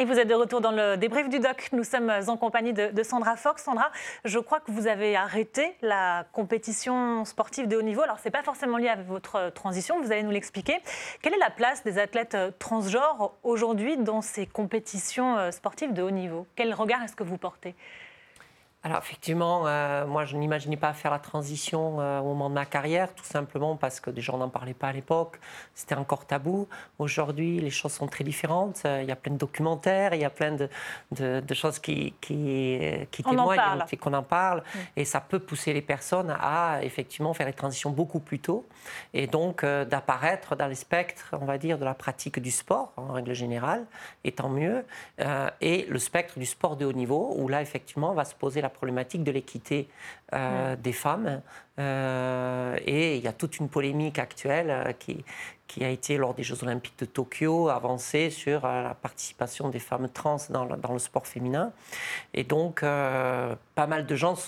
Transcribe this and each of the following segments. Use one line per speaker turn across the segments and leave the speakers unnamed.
Et vous êtes de retour dans le débrief du doc. Nous sommes en compagnie de Sandra Fox. Sandra, je crois que vous avez arrêté la compétition sportive de haut niveau. Alors, ce n'est pas forcément lié à votre transition, vous allez nous l'expliquer. Quelle est la place des athlètes transgenres aujourd'hui dans ces compétitions sportives de haut niveau? Quel regard est-ce que vous portez?
Alors effectivement, moi je n'imaginais pas faire la transition au moment de ma carrière, tout simplement parce que déjà on n'en parlait pas à l'époque, c'était encore tabou. Aujourd'hui, les choses sont très différentes, il y a plein de documentaires, il y a plein de choses qui témoignent, qu'on en parle, et ça peut pousser les personnes à effectivement faire les transitions beaucoup plus tôt, et donc d'apparaître dans les spectres, on va dire, de la pratique du sport, en règle générale, et tant mieux, et le spectre du sport de haut niveau, où là effectivement va se poser la problématique de l'équité des femmes. Et il y a toute une polémique actuelle qui a été, lors des Jeux Olympiques de Tokyo, avancée sur la participation des femmes trans dans le sport féminin. Et donc, pas mal de gens se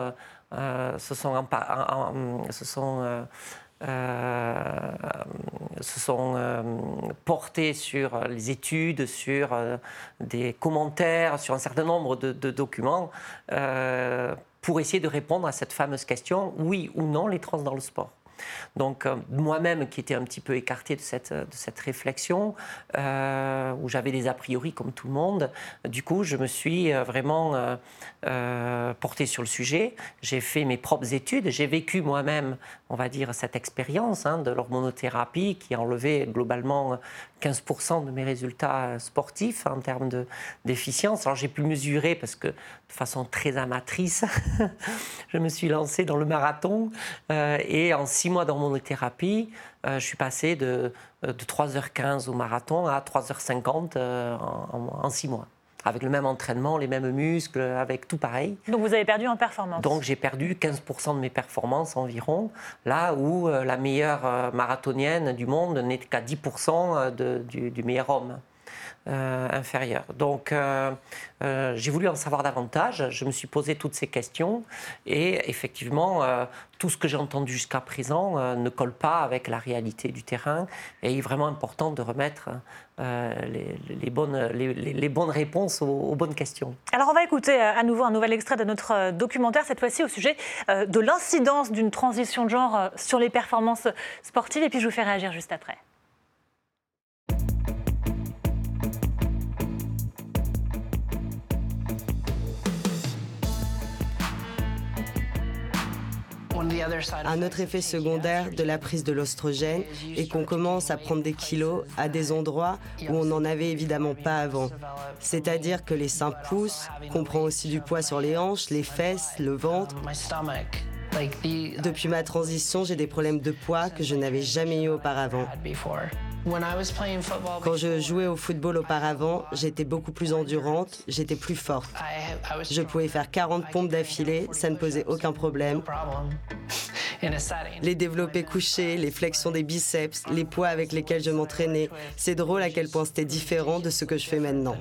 sont portés sur les études, sur des commentaires, sur un certain nombre de documents pour essayer de répondre à cette fameuse question, oui ou non les trans dans le sport. Donc moi-même qui étais un petit peu écarté de cette réflexion, où j'avais des a priori comme tout le monde, du coup je me suis vraiment porté sur le sujet. J'ai fait mes propres études, j'ai vécu moi-même, on va dire, cette expérience de l'hormonothérapie qui a enlevé globalement 15% de mes résultats sportifs en termes d'efficience. Alors j'ai pu mesurer parce que de façon très amatrice, je me suis lancée dans le marathon et en 6 mois d'hormonothérapie, je suis passé de 3h15 au marathon à 3h50 en 6 mois. Avec le même entraînement, les mêmes muscles, avec tout pareil.
Donc vous avez perdu en performance? Donc
j'ai perdu 15% de mes performances environ, là où la meilleure marathonienne du monde n'est qu'à 10% du meilleur homme inférieur. Donc j'ai voulu en savoir davantage, je me suis posé toutes ces questions et effectivement tout ce que j'ai entendu jusqu'à présent ne colle pas avec la réalité du terrain et il est vraiment important de remettre les bonnes réponses aux bonnes questions.
Alors on va écouter à nouveau un nouvel extrait de notre documentaire, cette fois-ci au sujet de l'incidence d'une transition de genre sur les performances sportives et puis je vous fais réagir juste après.
Un autre effet secondaire de la prise de l'oestrogène est qu'on commence à prendre des kilos à des endroits où on n'en avait évidemment pas avant. C'est-à-dire que les seins poussent, qu'on prend aussi du poids sur les hanches, les fesses, le ventre. Depuis ma transition, j'ai des problèmes de poids que je n'avais jamais eu auparavant. Quand je jouais au football auparavant, j'étais beaucoup plus endurante, j'étais plus forte. Je pouvais faire 40 pompes d'affilée, ça ne posait aucun problème. Les développés couchés, les flexions des biceps, les poids avec lesquels je m'entraînais, c'est drôle à quel point c'était différent de ce que je fais maintenant.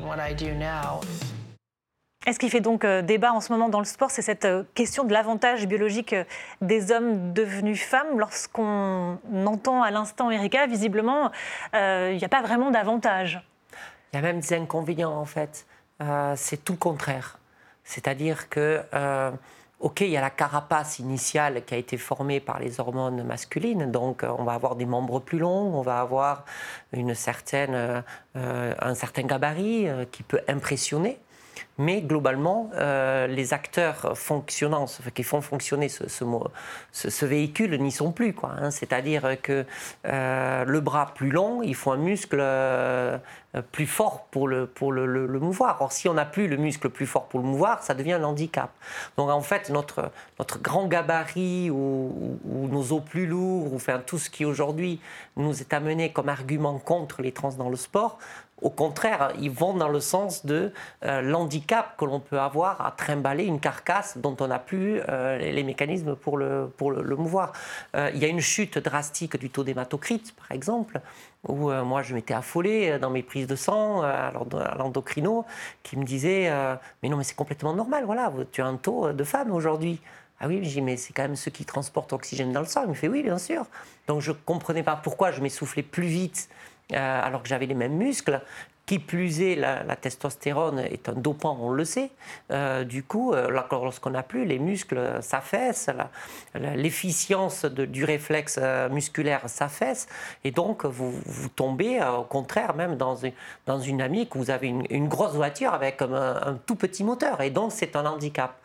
Et ce qui fait donc débat en ce moment dans le sport, c'est cette question de l'avantage biologique des hommes devenus femmes. Lorsqu'on entend à l'instant Erika, visiblement, il n'y a pas vraiment d'avantage.
Il y a même des inconvénients en fait. C'est tout le contraire. C'est-à-dire que, ok, il y a la carapace initiale qui a été formée par les hormones masculines, donc on va avoir des membres plus longs, on va avoir un certain gabarit qui peut impressionner. Mais globalement, les acteurs fonctionnants, qui font fonctionner ce véhicule n'y sont plus, quoi, hein. C'est-à-dire que le bras plus long, il faut un muscle plus fort pour le mouvoir. Or, si on n'a plus le muscle plus fort pour le mouvoir, ça devient un handicap. Donc en fait, notre grand gabarit ou nos os plus lourds, ou enfin, tout ce qui aujourd'hui nous est amené comme argument contre les trans dans le sport, au contraire, ils vont dans le sens de l'handicap que l'on peut avoir à trimballer une carcasse dont on n'a plus les mécanismes pour le mouvoir. Il y a une chute drastique du taux d'hématocrite, par exemple, où moi je m'étais affolé dans mes prises de sang à l'endocrino qui me disait mais non, mais c'est complètement normal, voilà, tu as un taux de femme aujourd'hui. Ah oui, je dis, mais c'est quand même ceux qui transportent l'oxygène dans le sang. Il me fait oui, bien sûr. Donc je ne comprenais pas pourquoi je m'essoufflais plus vite alors que j'avais les mêmes muscles. Qui plus est, la testostérone est un dopant, on le sait. Du coup, lorsqu'on n'a plus, les muscles s'affaissent, l'efficience du réflexe musculaire s'affaisse, et donc vous tombez, au contraire, même dans une dynamique où vous avez une grosse voiture avec un tout petit moteur, et donc c'est un handicap.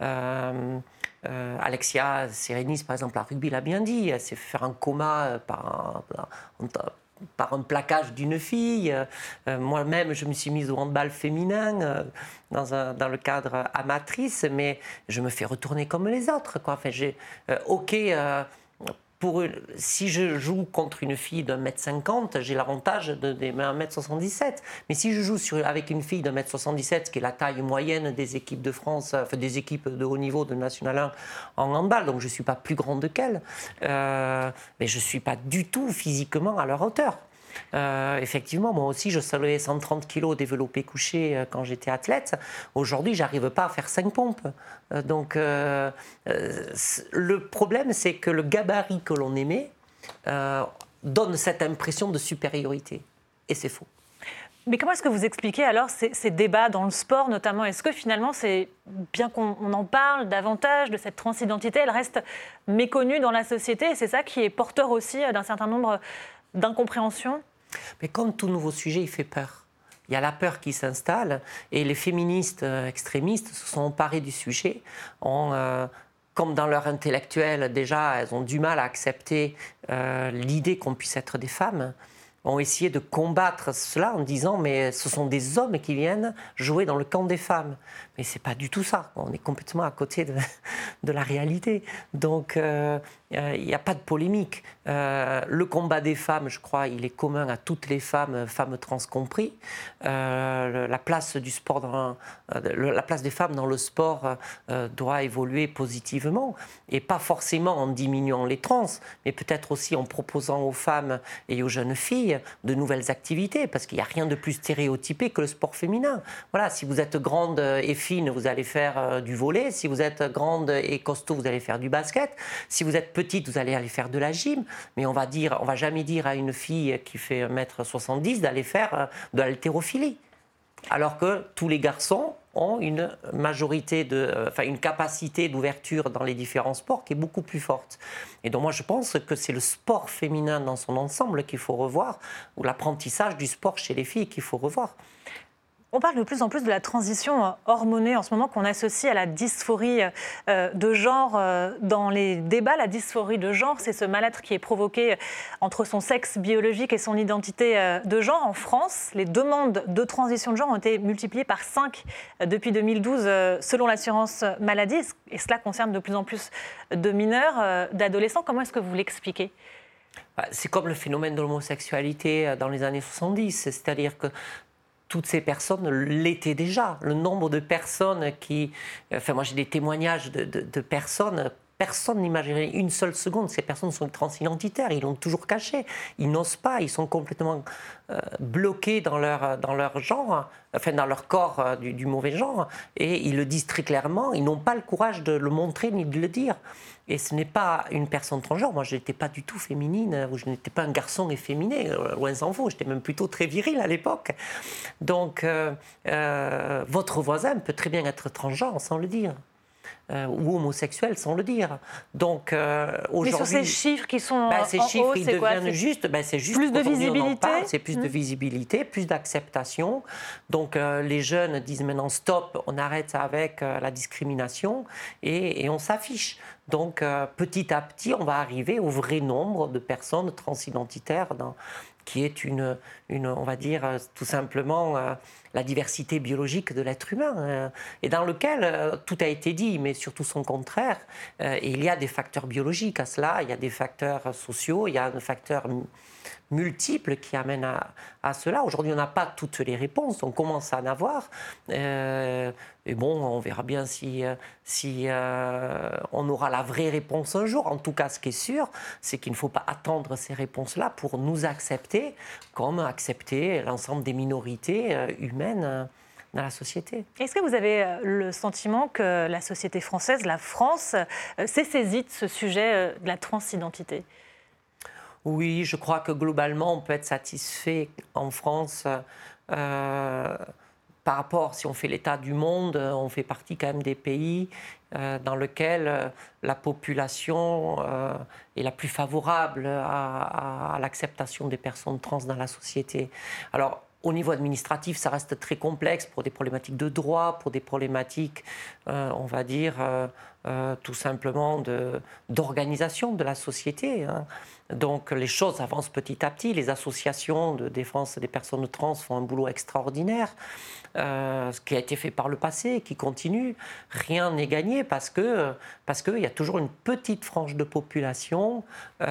Alexia Serenis, par exemple, à rugby, l'a bien dit, elle s'est fait faire un coma par un plaquage d'une fille. Moi-même, je me suis mise au handball féminin dans le cadre amatrice, mais je me fais retourner comme les autres, quoi. Enfin, si je joue contre une fille d'1,50 m, j'ai l'avantage de 1,77 m. Mais si je joue avec une fille d'1,77 m, qui est la taille moyenne des équipes de France, enfin des équipes de haut niveau de National 1 en handball, donc je ne suis pas plus grande qu'elle, mais je ne suis pas du tout physiquement à leur hauteur. Effectivement, moi aussi, je soulevais 130 kg développé couché quand j'étais athlète. Aujourd'hui, j'arrive pas à faire 5 pompes. Le problème, c'est que le gabarit que l'on émet donne cette impression de supériorité. Et c'est faux.
Mais comment est-ce que vous expliquez alors ces débats dans le sport notamment? Est-ce que finalement, c'est bien qu'on en parle davantage de cette transidentité, elle reste méconnue dans la société, et c'est ça qui est porteur aussi d'un certain nombre d'incompréhension?
Mais comme tout nouveau sujet, il fait peur. Il y a la peur qui s'installe, et les féministes extrémistes se sont emparés du sujet. Comme dans leur intellectuel, déjà, elles ont du mal à accepter l'idée qu'on puisse être des femmes, ont essayé de combattre cela en disant mais ce sont des hommes qui viennent jouer dans le camp des femmes. Mais c'est pas du tout ça. On est complètement à côté de la réalité. Donc il n'y a pas de polémique. Le combat des femmes, je crois, il est commun à toutes les femmes, femmes trans compris. La place du sport la place des femmes dans le sport doit évoluer positivement, et pas forcément en diminuant les trans, mais peut-être aussi en proposant aux femmes et aux jeunes filles de nouvelles activités, parce qu'il n'y a rien de plus stéréotypé que le sport féminin. Voilà, si vous êtes grande et fine, vous allez faire du volley. Si vous êtes grande et costaud, vous allez faire du basket. Si vous êtes petite, vous allez aller faire de la gym. Mais on va jamais dire à une fille qui fait 1,70 m d'aller faire de l'haltérophilie. Alors que tous les garçons ont une capacité d'ouverture dans les différents sports qui est beaucoup plus forte. Et donc moi je pense que c'est le sport féminin dans son ensemble qu'il faut revoir, ou l'apprentissage du sport chez les filles qu'il faut revoir.
On parle de plus en plus de la transition hormonée en ce moment qu'on associe à la dysphorie de genre. Dans les débats, la dysphorie de genre, c'est ce mal-être qui est provoqué entre son sexe biologique et son identité de genre. En France, les demandes de transition de genre ont été multipliées par 5 depuis 2012 selon l'assurance maladie. Et cela concerne de plus en plus de mineurs, d'adolescents. Comment est-ce que vous l'expliquez ?
C'est comme le phénomène de l'homosexualité dans les années 70, c'est-à-dire que toutes ces personnes l'étaient déjà. Le nombre de personnes moi j'ai des témoignages de personnes. Personne n'imaginerait une seule seconde. Ces personnes sont transidentitaires, ils l'ont toujours caché. Ils n'osent pas, ils sont complètement bloqués dans leur genre, enfin dans leur corps du mauvais genre, et ils le disent très clairement. Ils n'ont pas le courage de le montrer ni de le dire. Et ce n'est pas une personne transgenre. Moi, je n'étais pas du tout féminine, ou je n'étais pas un garçon efféminé, loin s'en faut. J'étais même plutôt très viril à l'époque. Donc, votre voisin peut très bien être transgenre sans le dire. Ou homosexuel sans le dire. Donc aujourd'hui,
mais sur ces chiffres qui sont
ces
en
chiffres,
haut,
ils
c'est quoi?
deviennent juste
plus de visibilité.
C'est plus de visibilité, plus d'acceptation. Donc les jeunes disent maintenant stop, on arrête avec la discrimination et on s'affiche. Donc petit à petit, on va arriver au vrai nombre de personnes transidentitaires qui est on va dire tout simplement la diversité biologique de l'être humain, et dans lequel tout a été dit, mais surtout son contraire. Et il y a des facteurs biologiques à cela, il y a des facteurs sociaux, il y a des facteurs multiples qui amènent à cela. Aujourd'hui, on n'a pas toutes les réponses, on commence à en avoir. Et bon, on verra bien si on aura la vraie réponse un jour. En tout cas, ce qui est sûr, c'est qu'il ne faut pas attendre ces réponses-là pour nous accepter, comme accepter l'ensemble des minorités humaines dans la société.
Est-ce que vous avez le sentiment que la société française, la France, s'est saisie de ce sujet de la transidentité ?
Oui, je crois que globalement, on peut être satisfait en France par rapport, si on fait l'état du monde, on fait partie quand même des pays dans lesquels la population est la plus favorable à l'acceptation des personnes trans dans la société. Alors, au niveau administratif, ça reste très complexe pour des problématiques de droit, pour des problématiques, on va dire, tout simplement d'organisation de la société. Hein. Donc les choses avancent petit à petit. Les associations de défense des personnes trans font un boulot extraordinaire, ce qui a été fait par le passé, qui continue. Rien n'est gagné parce qu'il y a toujours une petite frange de population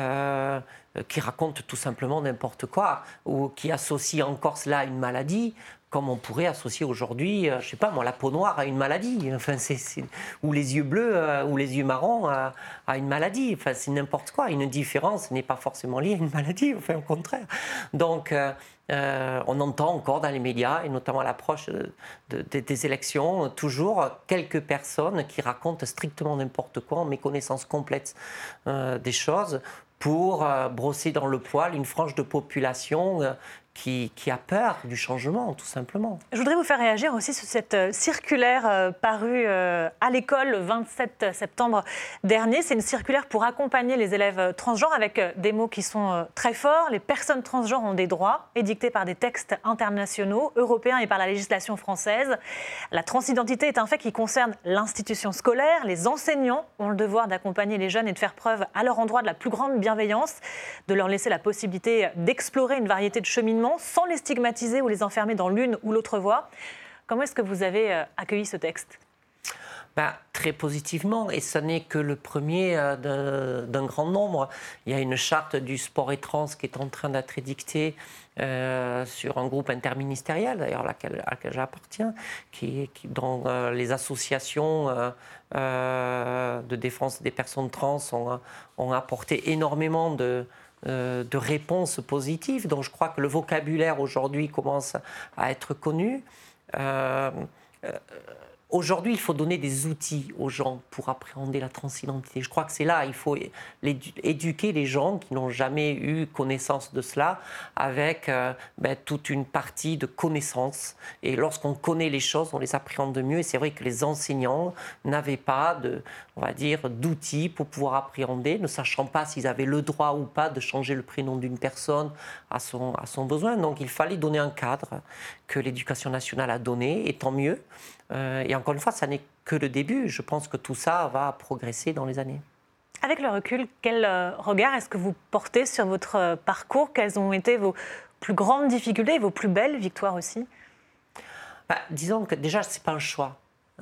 qui raconte tout simplement n'importe quoi ou qui associe encore cela à une maladie, comme on pourrait associer aujourd'hui, je ne sais pas moi, la peau noire à une maladie, enfin, ou les yeux bleus ou les yeux marrons à une maladie. Enfin, c'est n'importe quoi. Une différence n'est pas forcément liée à une maladie, enfin, au contraire. Donc, on entend encore dans les médias, et notamment à l'approche des élections, toujours quelques personnes qui racontent strictement n'importe quoi, en méconnaissance complète des choses, pour brosser dans le poil une frange de population qui a peur du changement, tout simplement.
Je voudrais vous faire réagir aussi sur cette circulaire parue à l'école le 27 septembre dernier. C'est une circulaire pour accompagner les élèves transgenres avec des mots qui sont très forts. Les personnes transgenres ont des droits édictés par des textes internationaux, européens et par la législation française. La transidentité est un fait qui concerne l'institution scolaire. Les enseignants ont le devoir d'accompagner les jeunes et de faire preuve à leur endroit de la plus grande bienveillance, de leur laisser la possibilité d'explorer une variété de cheminements sans les stigmatiser ou les enfermer dans l'une ou l'autre voie. Comment est-ce que vous avez accueilli ce texte ?
Très positivement, et ce n'est que le premier d'un grand nombre. Il y a une charte du sport et trans qui est en train d'être édictée sur un groupe interministériel, d'ailleurs à laquelle j'appartiens, dont les associations de défense des personnes trans ont apporté énormément de réponses positives. Donc je crois que le vocabulaire aujourd'hui commence à être connu. Aujourd'hui, il faut donner des outils aux gens pour appréhender la transidentité. Je crois que c'est là, il faut éduquer les gens qui n'ont jamais eu connaissance de cela avec toute une partie de connaissances. Et lorsqu'on connaît les choses, on les appréhende mieux. Et c'est vrai que les enseignants n'avaient pas d'outils pour pouvoir appréhender, ne sachant pas s'ils avaient le droit ou pas de changer le prénom d'une personne à son besoin. Donc il fallait donner un cadre que l'Éducation nationale a donné, et tant mieux. Et encore une fois, ça n'est que le début. Je pense que tout ça va progresser dans les années.
Avec le recul, quel regard est-ce que vous portez sur votre parcours ? Quelles ont été vos plus grandes difficultés et vos plus belles victoires aussi ?
Disons que déjà, ce n'est pas un choix.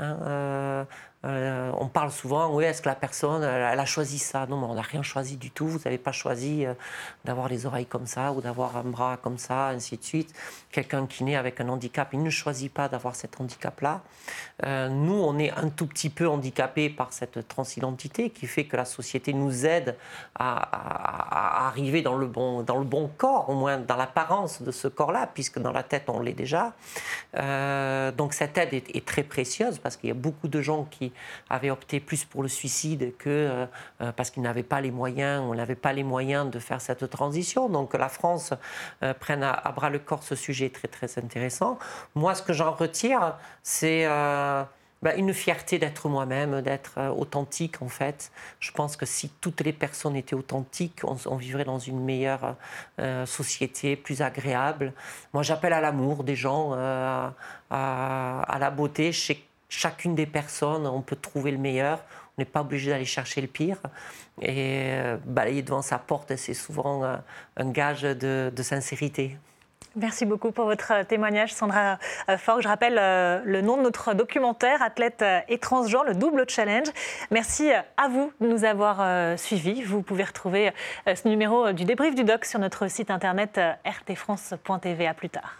On parle souvent, oui, est-ce que la personne, elle a choisi ça ? Non, mais on n'a rien choisi du tout. Vous n'avez pas choisi d'avoir les oreilles comme ça ou d'avoir un bras comme ça, ainsi de suite. Quelqu'un qui naît avec un handicap, il ne choisit pas d'avoir cet handicap-là. Nous, on est un tout petit peu handicapés par cette transidentité qui fait que la société nous aide à arriver dans le bon corps, au moins dans l'apparence de ce corps-là, puisque dans la tête, on l'est déjà. Donc cette aide est très précieuse parce qu'il y a beaucoup de gens qui avaient opté plus pour le suicide que parce qu'ils n'avaient pas les moyens, on n'avait pas les moyens de faire cette transition. Donc la France prenne à bras le corps ce sujet très très intéressant. Moi, ce que j'en retire, c'est une fierté d'être moi-même, d'être authentique en fait. Je pense que si toutes les personnes étaient authentiques, on vivrait dans une meilleure société, plus agréable. Moi, j'appelle à l'amour des gens, à la beauté. Chez chacune des personnes, on peut trouver le meilleur. On n'est pas obligé d'aller chercher le pire. Et balayer devant sa porte, c'est souvent un gage de sincérité.
Merci beaucoup pour votre témoignage, Sandra Forgue. Je rappelle le nom de notre documentaire, Athlète et transgenre, le double challenge. Merci à vous de nous avoir suivis. Vous pouvez retrouver ce numéro du débrief du doc sur notre site internet rtfrance.tv. À plus tard.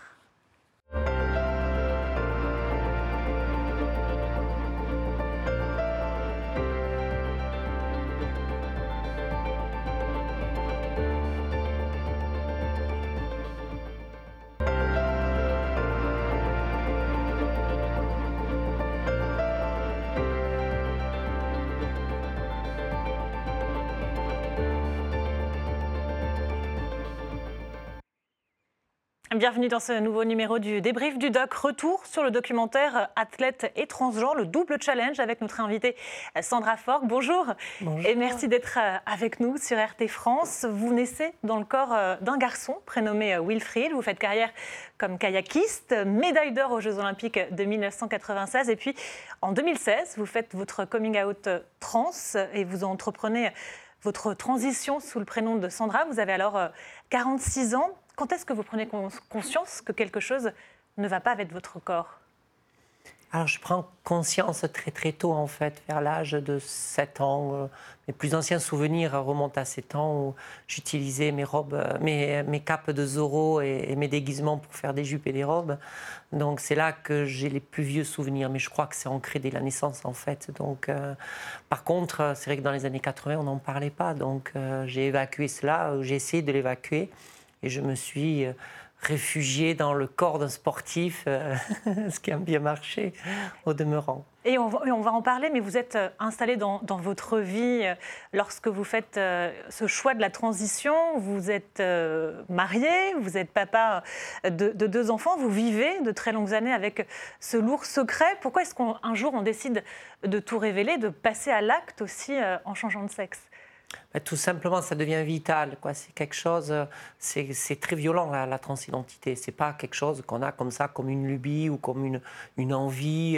Bienvenue dans ce nouveau numéro du débrief du doc. Retour sur le documentaire Athlète et transgenre, le double challenge avec notre invitée Sandra Forgues. Bonjour.
Bonjour.
Et merci d'être avec nous sur RT France. Vous naissez dans le corps d'un garçon prénommé Wilfried. Vous faites carrière comme kayakiste, médaille d'or aux Jeux Olympiques de 1996. Et puis en 2016, vous faites votre coming out trans et vous entreprenez votre transition sous le prénom de Sandra. Vous avez alors 46 ans. Quand est-ce que vous prenez conscience que quelque chose ne va pas avec votre corps ?
Alors, je prends conscience très très tôt, en fait, vers l'âge de 7 ans. Mes plus anciens souvenirs remontent à 7 ans où j'utilisais mes robes, mes capes de Zorro et mes déguisements pour faire des jupes et des robes. Donc, c'est là que j'ai les plus vieux souvenirs. Mais je crois que c'est ancré dès la naissance, en fait. Donc, par contre, c'est vrai que dans les années 80, on n'en parlait pas. Donc, j'ai évacué cela, j'ai essayé de l'évacuer. Et je me suis réfugiée dans le corps d'un sportif, ce qui a bien marché au demeurant.
Et on va en parler, mais vous êtes installé dans votre vie lorsque vous faites ce choix de la transition. Vous êtes marié, vous êtes papa de 2 enfants, vous vivez de très longues années avec ce lourd secret. Pourquoi est-ce qu'un jour on décide de tout révéler, de passer à l'acte aussi en changeant de sexe ?
Tout simplement, ça devient vital, quoi. C'est quelque chose, c'est très violent, la transidentité. C'est pas quelque chose qu'on a comme ça, comme une lubie ou comme une envie.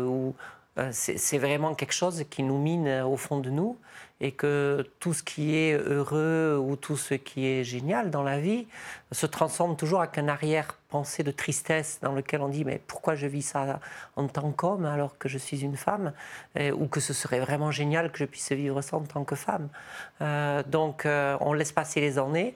C'est vraiment quelque chose qui nous mine au fond de nous et que tout ce qui est heureux ou tout ce qui est génial dans la vie se transforme toujours avec un arrière-pensée de tristesse dans lequel on dit mais pourquoi je vis ça en tant qu'homme alors que je suis une femme ou que ce serait vraiment génial que je puisse vivre ça en tant que femme. Donc on laisse passer les années.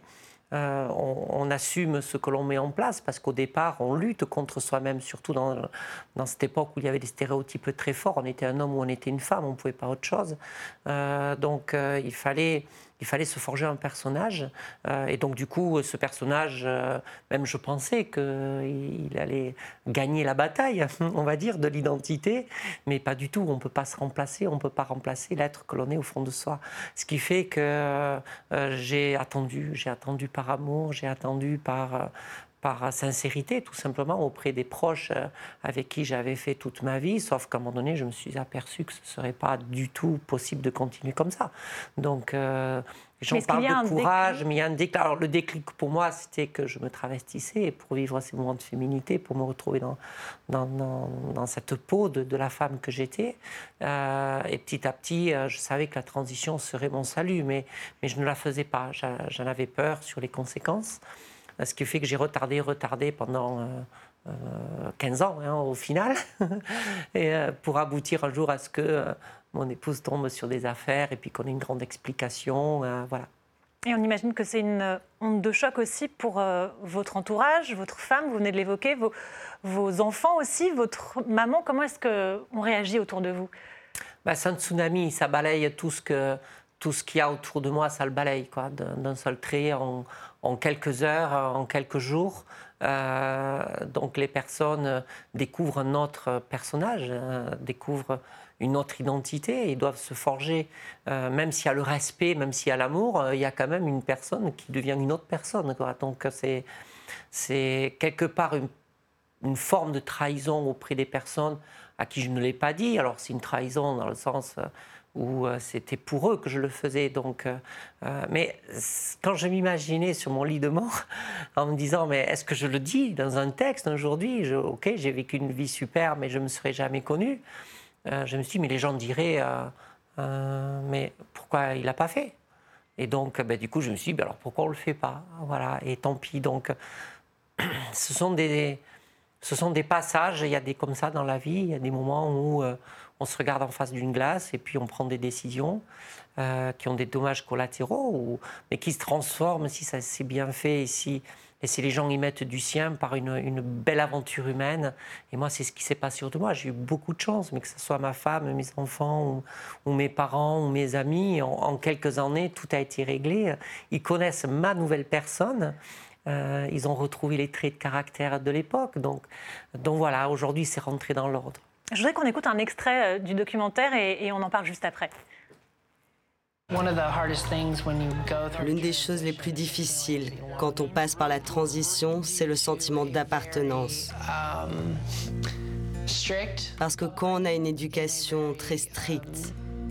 On assume ce que l'on met en place parce qu'au départ, on lutte contre soi-même, surtout dans cette époque où il y avait des stéréotypes très forts. On était un homme ou on était une femme, on ne pouvait pas autre chose. Donc, il fallait se forger un personnage. Et donc, du coup, ce personnage, même je pensais qu'il allait gagner la bataille, on va dire, de l'identité. Mais pas du tout. On ne peut pas se remplacer. On ne peut pas remplacer l'être que l'on est au fond de soi. Ce qui fait que j'ai attendu par amour, j'ai attendu par sincérité, tout simplement, auprès des proches avec qui j'avais fait toute ma vie, sauf qu'à un moment donné, je me suis aperçu que ce ne serait pas du tout possible de continuer comme ça. Donc, j'en parle de courage, mais il y a un déclic. Alors, le déclic pour moi, c'était que je me travestissais pour vivre ces moments de féminité, pour me retrouver dans cette peau de la femme que j'étais. Et petit à petit, je savais que la transition serait mon salut, mais je ne la faisais pas. J'en avais peur sur les conséquences. Ce qui fait que j'ai retardé pendant 15 ans au final, et pour aboutir un jour à ce que mon épouse tombe sur des affaires et puis qu'on ait une grande explication. Voilà.
Et on imagine que c'est une onde de choc aussi pour votre entourage, votre femme, vous venez de l'évoquer, vos enfants aussi, votre maman. Comment est-ce qu'on réagit autour de vous ?
C'est un tsunami, ça balaye tout ce qu'il y a autour de moi, ça le balaye quoi, d'un seul trait, en quelques heures, en quelques jours. Donc les personnes découvrent un autre personnage, découvrent une autre identité, ils doivent se forger, même s'il y a le respect, même s'il y a l'amour, il y a quand même une personne qui devient une autre personne, quoi. Donc c'est quelque part une forme de trahison auprès des personnes à qui je ne l'ai pas dit. Alors c'est une trahison dans le sens où c'était pour eux que je le faisais. Donc, mais quand je m'imaginais sur mon lit de mort, en me disant, mais est-ce que je le dis dans un texte aujourd'hui ? Ok, j'ai vécu une vie super, mais je ne me serais jamais connue. Je me suis dit, mais les gens diraient, mais pourquoi il n'a pas fait ? Et donc, du coup, je me suis dit, alors pourquoi on ne le fait pas ? Voilà, et tant pis. Donc, ce sont des passages, il y a des comme ça dans la vie, il y a des moments où on se regarde en face d'une glace et puis on prend des décisions qui ont des dommages collatéraux, mais qui se transforment si ça c'est bien fait et si les gens y mettent du sien par une belle aventure humaine. Et moi, c'est ce qui s'est passé autour de moi. J'ai eu beaucoup de chance, mais que ce soit ma femme, mes enfants ou mes parents ou mes amis, en quelques années, tout a été réglé. Ils connaissent ma nouvelle personne. Ils ont retrouvé les traits de caractère de l'époque. Donc voilà, aujourd'hui, c'est rentré dans l'ordre.
Je voudrais qu'on écoute un extrait du documentaire et on en parle juste après.
L'une des choses les plus difficiles quand on passe par la transition, c'est le sentiment d'appartenance. Parce que quand on a une éducation très stricte,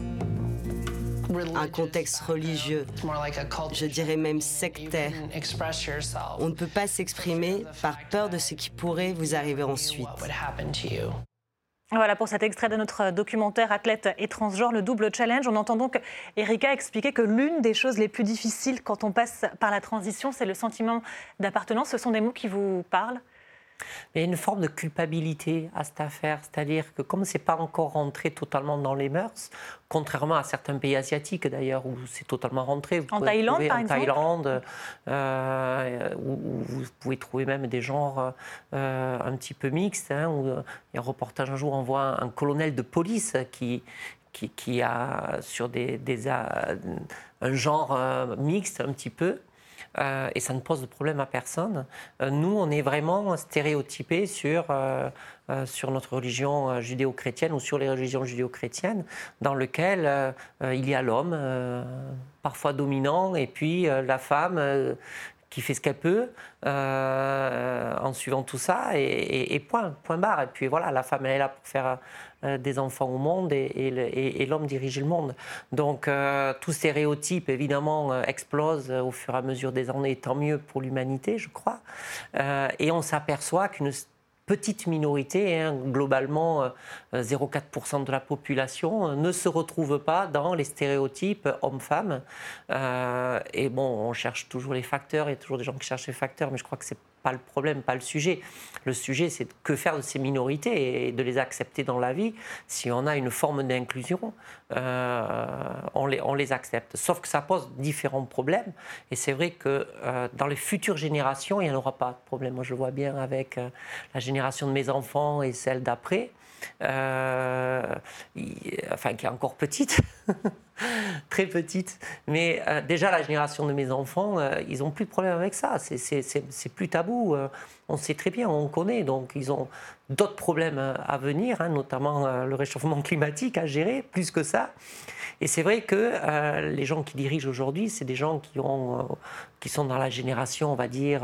un contexte religieux, je dirais même sectaire, on ne peut pas s'exprimer par peur de ce qui pourrait vous arriver ensuite.
Voilà pour cet extrait de notre documentaire Athlète et transgenre, le double challenge. On entend donc Erika expliquer que l'une des choses les plus difficiles quand on passe par la transition, c'est le sentiment d'appartenance. Ce sont des mots qui vous parlent ?
Il y a une forme de culpabilité à cette affaire, c'est-à-dire que comme ce n'est pas encore rentré totalement dans les mœurs, contrairement à certains pays asiatiques d'ailleurs où c'est totalement rentré.
En Thaïlande, par exemple ?
En Thaïlande, où vous pouvez trouver même des genres un petit peu mixtes. Où, il y a un reportage un jour, on voit un colonel de police qui a sur un genre mixte un petit peu. Et ça ne pose de problème à personne. Nous, on est vraiment stéréotypés sur notre religion judéo-chrétienne ou sur les religions judéo-chrétiennes, dans lequel il y a l'homme, parfois dominant, et puis la femme qui fait ce qu'elle peut en suivant tout ça, et point barre. Et puis voilà, la femme, elle est là pour faire des enfants au monde et l'homme dirige le monde. Donc tout stéréotype, évidemment, explose au fur et à mesure des années, tant mieux pour l'humanité, je crois. Et on s'aperçoit qu'une petite minorité, globalement 0,4% de la population, ne se retrouve pas dans les stéréotypes hommes-femmes. Et bon, on cherche toujours les facteurs, il y a toujours des gens qui cherchent les facteurs, mais je crois que c'est pas le problème, pas le sujet. Le sujet, c'est que faire de ces minorités et de les accepter dans la vie. Si on a une forme d'inclusion, on les accepte. Sauf que ça pose différents problèmes. Et c'est vrai que dans les futures générations, il n'y en aura pas de problème. Moi, je vois bien avec la génération de mes enfants et celle d'après, qui est encore petite, très petite, mais déjà la génération de mes enfants, ils n'ont plus de problème avec ça, c'est plus tabou, on sait très bien, on connaît, donc ils ont d'autres problèmes à venir, notamment le réchauffement climatique à gérer, plus que ça. Et c'est vrai que les gens qui dirigent aujourd'hui, c'est des gens qui sont dans la génération, on va dire,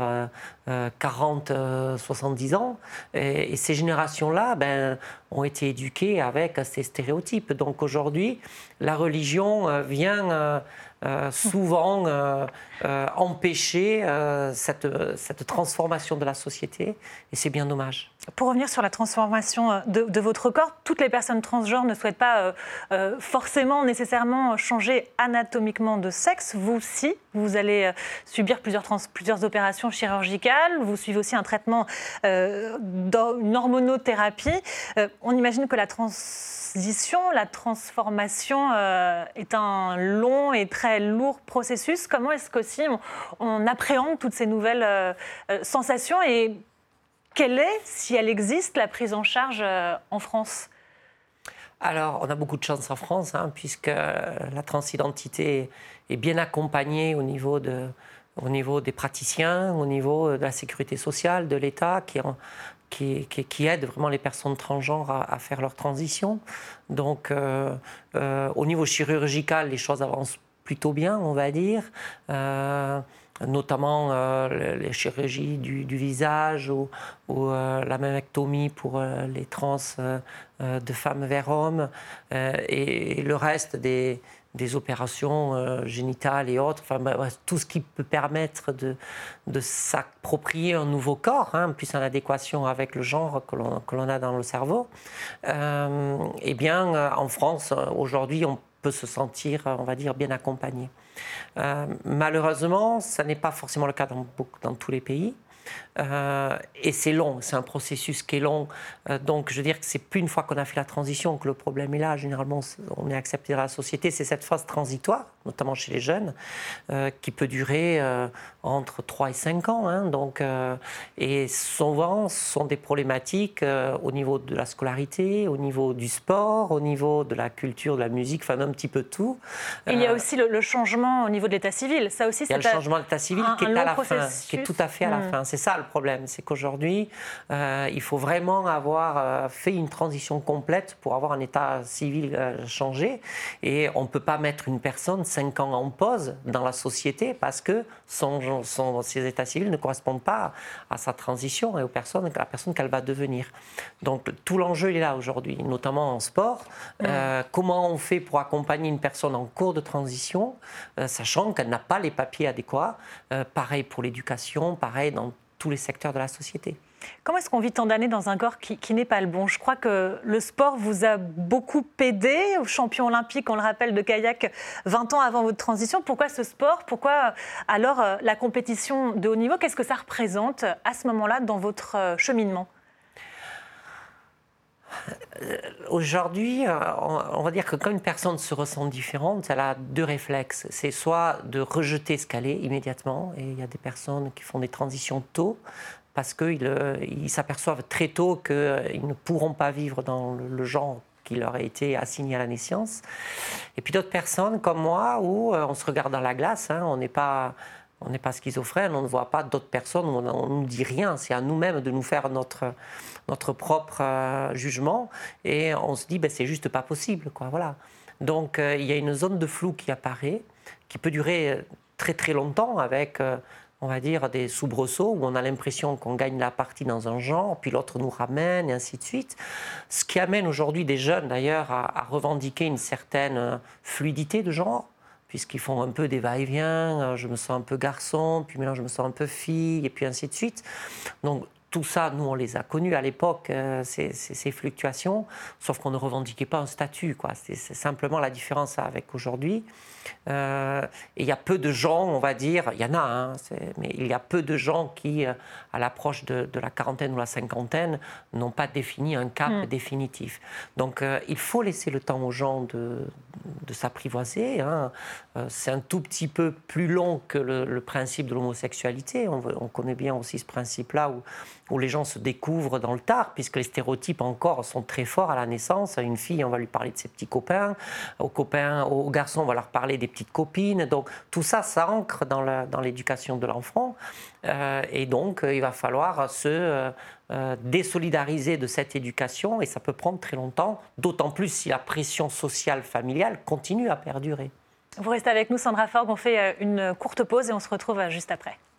40-70 ans. Et ces générations-là ont été éduquées avec ces stéréotypes. Donc aujourd'hui, la religion vient souvent empêcher cette transformation de la société. Et c'est bien dommage.
Pour revenir sur la transformation de votre corps, toutes les personnes transgenres ne souhaitent pas forcément, nécessairement changer anatomiquement de sexe. Vous, si, vous allez subir plusieurs opérations chirurgicales. Vous suivez aussi un traitement, une hormonothérapie. On imagine que la transformation est un long et très lourd processus. Comment est-ce qu'aussi on appréhende toutes ces nouvelles sensations et quelle est, si elle existe, la prise en charge en France ?
Alors, on a beaucoup de chance en France, puisque la transidentité est bien accompagnée au niveau des praticiens, au niveau de la sécurité sociale, de l'État, qui aide vraiment les personnes transgenres à faire leur transition. Donc, au niveau chirurgical, les choses avancent plutôt bien, on va dire. Notamment les chirurgies du visage ou la mammectomie pour les trans de femmes vers hommes et le reste des opérations génitales et autres, tout ce qui peut permettre de s'approprier un nouveau corps, plus en adéquation avec le genre que l'on a dans le cerveau. Eh bien, en France, aujourd'hui, on peut se sentir, on va dire, bien accompagné. Malheureusement, ça n'est pas forcément le cas dans tous les pays. Et c'est long, c'est un processus qui est long. Donc, je veux dire que c'est plus une fois qu'on a fait la transition que le problème est là. Généralement, on est accepté dans la société. C'est cette phase transitoire, notamment chez les jeunes, qui peut durer entre 3 et 5 ans. Donc, et souvent, ce sont des problématiques au niveau de la scolarité, au niveau du sport, au niveau de la culture, de la musique, un petit peu tout.
Il y a aussi le changement au niveau de l'état civil. Ça aussi,
il y a le changement de l'état civil qui est à la fin, qui est tout à fait à la fin. C'est ça le problème, c'est qu'aujourd'hui, il faut vraiment avoir fait une transition complète pour avoir un état civil changé. Et on ne peut pas mettre une personne 5 ans en pause dans la société parce que ses états civils ne correspondent pas à sa transition et à la personne qu'elle va devenir. Donc tout l'enjeu est là aujourd'hui, notamment en sport. Comment on fait pour accompagner une personne en cours de transition, sachant qu'elle n'a pas les papiers adéquats. Pareil pour l'éducation, pareil dans tous les secteurs de la société.
Comment est-ce qu'on vit tant d'années dans un corps qui n'est pas le bon? Je crois que le sport vous a beaucoup aidé, champion olympique, on le rappelle, de kayak 20 ans avant votre transition. Pourquoi ce sport? Pourquoi alors la compétition de haut niveau? Qu'est-ce que ça représente à ce moment-là dans votre cheminement?
Aujourd'hui, on va dire que quand une personne se ressent différente, elle a 2 réflexes. C'est soit de rejeter ce qu'elle est immédiatement, et il y a des personnes qui font des transitions tôt, parce qu'ils s'aperçoivent très tôt qu'ils ne pourront pas vivre dans le genre qui leur a été assigné à la naissance. Et puis d'autres personnes comme moi, où on se regarde dans la glace, on n'est pas schizophrène, on ne voit pas d'autres personnes, on ne nous dit rien. C'est à nous-mêmes de nous faire notre propre jugement. Et on se dit, c'est juste pas possible, quoi. Voilà. Donc il y a une zone de flou qui apparaît, qui peut durer très très longtemps avec, on va dire, des soubresauts où on a l'impression qu'on gagne la partie dans un genre, puis l'autre nous ramène, et ainsi de suite. Ce qui amène aujourd'hui des jeunes, d'ailleurs, à revendiquer une certaine fluidité de genre, puisqu'ils font un peu des va-et-vient, je me sens un peu garçon, puis maintenant je me sens un peu fille, et puis ainsi de suite. Donc tout ça, nous, on les a connus à l'époque, ces fluctuations, sauf qu'on ne revendiquait pas un statut, quoi. C'est simplement la différence avec aujourd'hui. Et il y a peu de gens, on va dire, il y en a, mais il y a peu de gens qui, à l'approche de la quarantaine ou la cinquantaine, n'ont pas défini un cap définitif. Donc il faut laisser le temps aux gens de s'apprivoiser. C'est un tout petit peu plus long que le principe de l'homosexualité. On connaît bien aussi ce principe-là où les gens se découvrent dans le tard, puisque les stéréotypes encore sont très forts à la naissance. À une fille, on va lui parler de ses petits copains. Aux garçons, on va leur parler des petites copines. Donc tout ça, ça ancre dans l'éducation de l'enfant. Et donc, il va falloir se désolidariser de cette éducation, et ça peut prendre très longtemps, d'autant plus si la pression sociale familiale continue à perdurer.
Vous restez avec nous, Sandra Forgues. On fait une courte pause et on se retrouve juste après.